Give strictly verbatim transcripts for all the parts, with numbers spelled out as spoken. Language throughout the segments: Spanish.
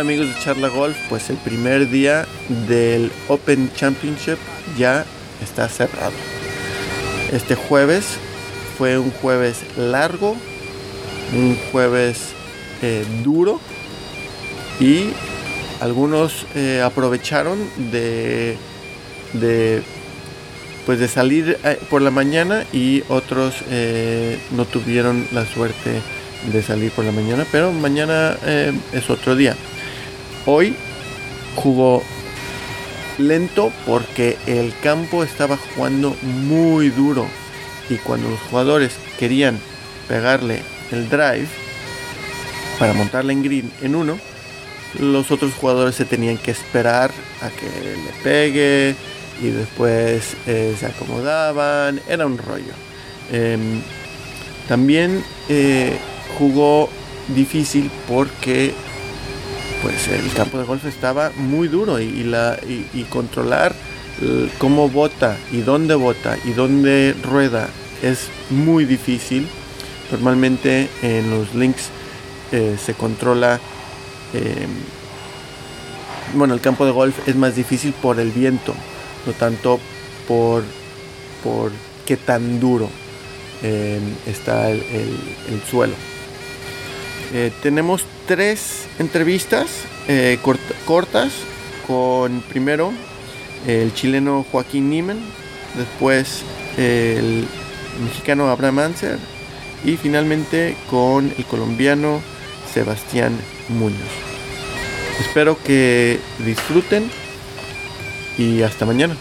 amigos de Charla Golf? Pues el primer día del Open Championship ya está cerrado. Este jueves fue un jueves largo, un jueves eh, duro, y algunos eh, aprovecharon de, de, pues de salir eh, por la mañana, y otros eh, no tuvieron la suerte de salir por la mañana, pero mañana eh, es otro día. Hoy jugó lento porque el campo estaba jugando muy duro, y cuando los jugadores querían pegarle el drive para montarle en green en uno, los otros jugadores se tenían que esperar a que le pegue, y después eh, se acomodaban. Era un rollo. Eh, también eh, jugó difícil porque pues el campo de golf estaba muy duro, y, y, la, y, y controlar el, cómo bota y dónde bota y dónde rueda es muy difícil. Normalmente en los links eh, se controla eh, bueno, el campo de golf es más difícil por el viento, no tanto por, por qué tan duro eh, está el, el, el suelo. Eh, tenemos tres entrevistas eh, cort- cortas con, primero, el chileno Joaquín Niemann, después el mexicano Abraham Anser, y finalmente con el colombiano Sebastián Muñoz. Espero que disfruten y hasta mañana.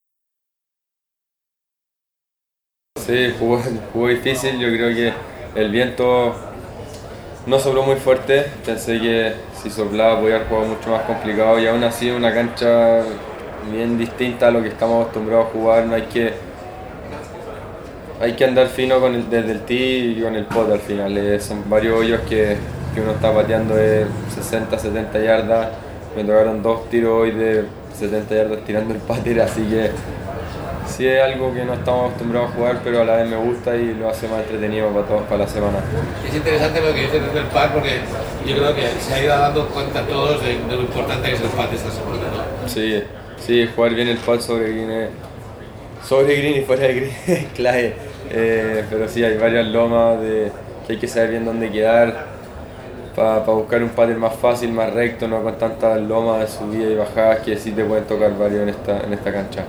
Sí, jugó, jugó difícil. Yo creo que el viento no sopló muy fuerte. Pensé que si soplaba podía haber jugado mucho más complicado, y aún así una cancha bien distinta a lo que estamos acostumbrados a jugar. No hay que hay que andar fino con el, desde el tee y con el pot al final. Eh, son varios hoyos que, que uno está pateando de sesenta, setenta yardas. Me tocaron dos tiros hoy de setenta yardas tirando el pater, así que sí es algo que no estamos acostumbrados a jugar, pero a la vez me gusta y lo hace más entretenido para todos, para la semana. Es interesante lo que dices del par, porque yo creo que se ha ido dando cuenta todos de, de lo importante que es el pat esta semana, ¿no? Sí, sí, jugar bien el pat sobre green, es, sobre green y fuera de green es clave, eh, pero sí hay varias lomas de, que hay que saber bien dónde quedar para pa buscar un pattern más fácil, más recto, no con tantas lomas de subida y bajadas que sí te pueden tocar varios en esta, en esta cancha.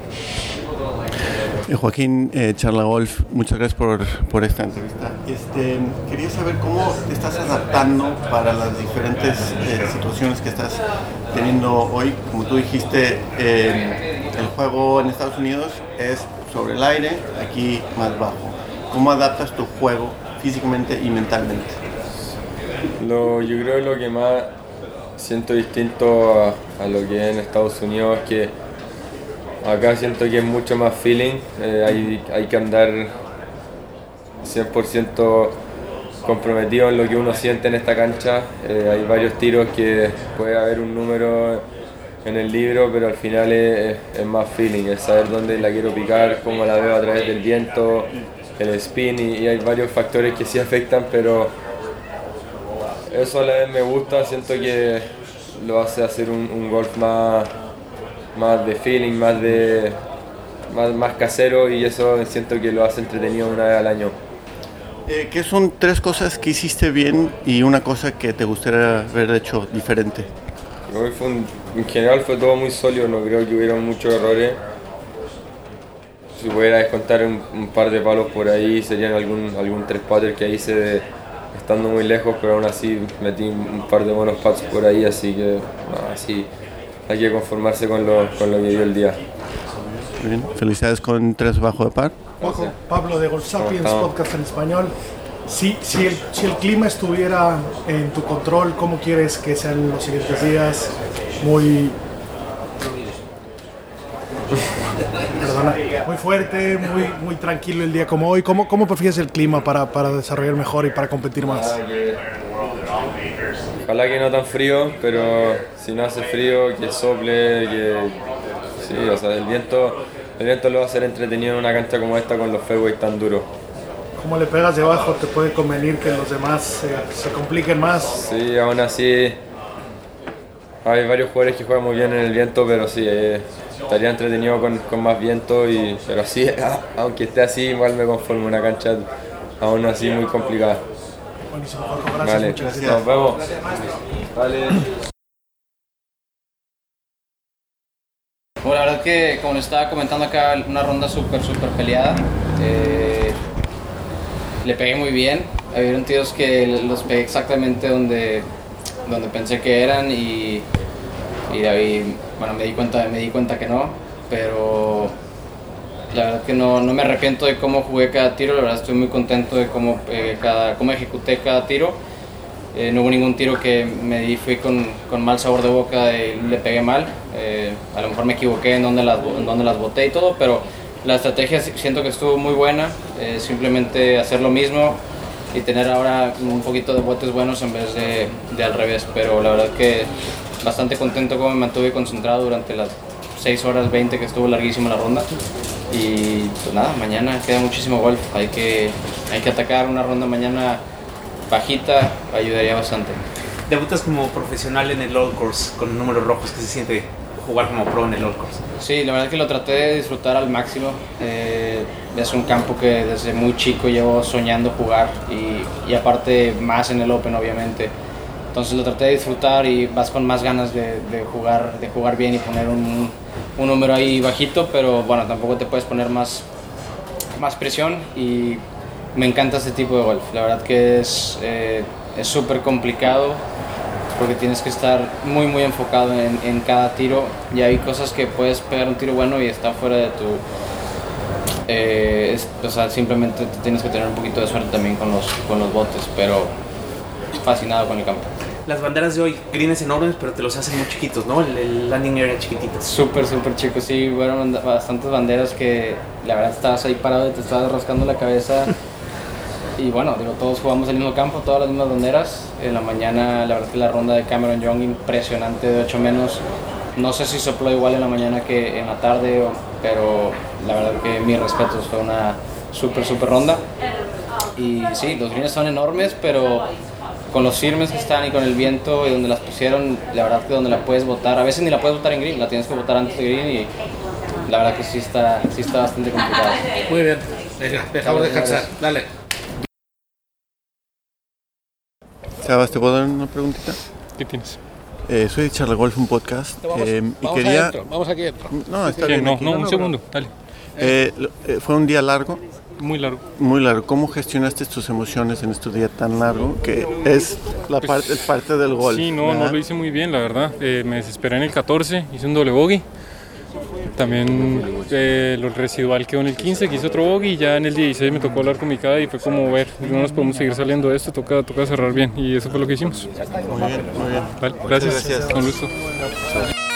Eh, Joaquín, eh, Charla Golf, muchas gracias por, por esta entrevista. Este, quería saber cómo te estás adaptando para las diferentes eh, situaciones que estás teniendo hoy. Como tú dijiste, eh, el juego en Estados Unidos es sobre el aire, aquí más bajo. ¿Cómo adaptas tu juego físicamente y mentalmente? Lo, yo creo que lo que más siento distinto a, a lo que es en Estados Unidos es que acá siento que es mucho más feeling, eh, hay, hay que andar cien por ciento comprometido en lo que uno siente en esta cancha. Eh, hay varios tiros que puede haber un número en el libro, pero al final es, es más feeling, es saber dónde la quiero picar, cómo la veo a través del viento, el spin, y, y hay varios factores que sí afectan, pero eso a la vez me gusta. Siento que lo hace hacer un, un golf más más de feeling, más de más, más casero, y eso siento que lo hace entretenido una vez al año. Eh, ¿Qué son tres cosas que hiciste bien y una cosa que te gustaría haber hecho diferente? Hoy fue un, en general fue todo muy sólido, no creo que hubiera muchos errores. Si pudiera descontar un, un par de palos por ahí, serían algún, algún tres putter que hice de, estando muy lejos, pero aún así metí un par de buenos putts por ahí, así que no, así hay que conformarse con lo, con lo que dio el día. Muy bien, felicidades con tres bajo de par. Juanjo, Pablo de Golf Sapiens, podcast en español. Si, si, el, si el clima estuviera en tu control, ¿cómo quieres que sean los siguientes días? Muy... Perdona, muy fuerte, muy, muy tranquilo el día como hoy. ¿Cómo, cómo prefieres el clima para, para desarrollar mejor y para competir más? Ojalá que no tan frío, pero si no hace frío, que sople, que sí, o sea, el viento, el viento lo va a hacer entretenido en una cancha como esta con los fairways tan duros. ¿Cómo le pegas de abajo? ¿Te puede convenir que los demás eh, se compliquen más? Sí, aún así hay varios jugadores que juegan muy bien en el viento, pero sí, eh, estaría entretenido con, con más viento, y, pero sí, aunque esté así, igual me conformo, una cancha aún así muy complicada. Buenísimo, Jorge, gracias, Vale, muchas gracias. nos vemos. Vale. Bueno, la verdad que, como les estaba comentando acá, una ronda súper, súper peleada. Eh, le pegué muy bien. Había tiros que los pegué exactamente donde, donde pensé que eran, y, y ahí, bueno, me di cuenta, me di cuenta que no, pero la verdad que no, no me arrepiento de cómo jugué cada tiro. La verdad estoy muy contento de cómo, eh, cada, cómo ejecuté cada tiro. Eh, no hubo ningún tiro que me di, fui con, con mal sabor de boca y le pegué mal. Eh, a lo mejor me equivoqué en dónde las, en dónde las boté y todo, pero la estrategia siento que estuvo muy buena. Eh, simplemente hacer lo mismo y tener ahora un poquito de botes buenos en vez de, de al revés. Pero la verdad que bastante contento cómo me mantuve concentrado durante las seis horas veinte que estuvo larguísima la ronda. Y pues nada, mañana queda muchísimo golf. Hay que, hay que atacar una ronda mañana bajita, ayudaría bastante. Debutas como profesional en el Old Course con números rojos. ¿Qué se siente jugar como pro en el Old Course? Sí, la verdad es que lo traté de disfrutar al máximo. Eh, es un campo que desde muy chico llevo soñando jugar, y, y aparte más en el Open, obviamente. Entonces lo traté de disfrutar y vas con más ganas de, de, jugar, de jugar bien y poner un, un número ahí bajito, pero bueno, tampoco te puedes poner más, más presión, y me encanta este tipo de golf. La verdad que es eh, es súper complicado porque tienes que estar muy muy enfocado en, en cada tiro, y hay cosas que puedes pegar un tiro bueno y está fuera de tu... Eh, es, o sea, simplemente tienes que tener un poquito de suerte también con los, con los botes, pero fascinado con el campo. Las banderas de hoy, greens enormes, pero te los hacen muy chiquitos, ¿no? El, el landing area chiquitito. Súper, súper chicos, sí, fueron bastantes banderas que la verdad estabas ahí parado y te estabas rascando la cabeza. Y bueno, digo, todos jugamos el mismo campo, todas las mismas banderas. En la mañana, la verdad que la ronda de Cameron Young impresionante de ocho menos. No sé si sopló igual en la mañana que en la tarde, pero la verdad que mis respetos, fue una súper, súper ronda. Y sí, los greens son enormes, pero con los firmes que están y con el viento y donde las pusieron, la verdad que donde la puedes botar, a veces ni la puedes botar en green, la tienes que botar antes de green, y la verdad que sí está, sí está bastante complicado. Muy bien, venga, dejamos descansar, dale. Sabas, ¿te puedo dar una preguntita? ¿Qué tienes? Eh, soy de Charla Golf, un podcast. Vamos, eh, y vamos quería... adentro, vamos aquí adentro. No, está ¿Qué? bien. No, aquí. no, un segundo, dale. Eh, lo- eh, fue un día largo, Muy largo. muy largo. ¿Cómo gestionaste tus emociones en este día tan largo? Que es la parte, es parte del golf. Sí, no, ¿verdad? no lo hice muy bien, la verdad. Eh, me desesperé en el catorce, hice un doble bogey. También eh, lo residual quedó en el quince, que hice otro bogey, y ya en el dieciséis me tocó hablar con mi cada y fue como ver, no nos podemos seguir saliendo de esto, toca, toca cerrar bien, y eso fue lo que hicimos. Muy bien, muy bien. Vale, gracias. gracias. Con gusto.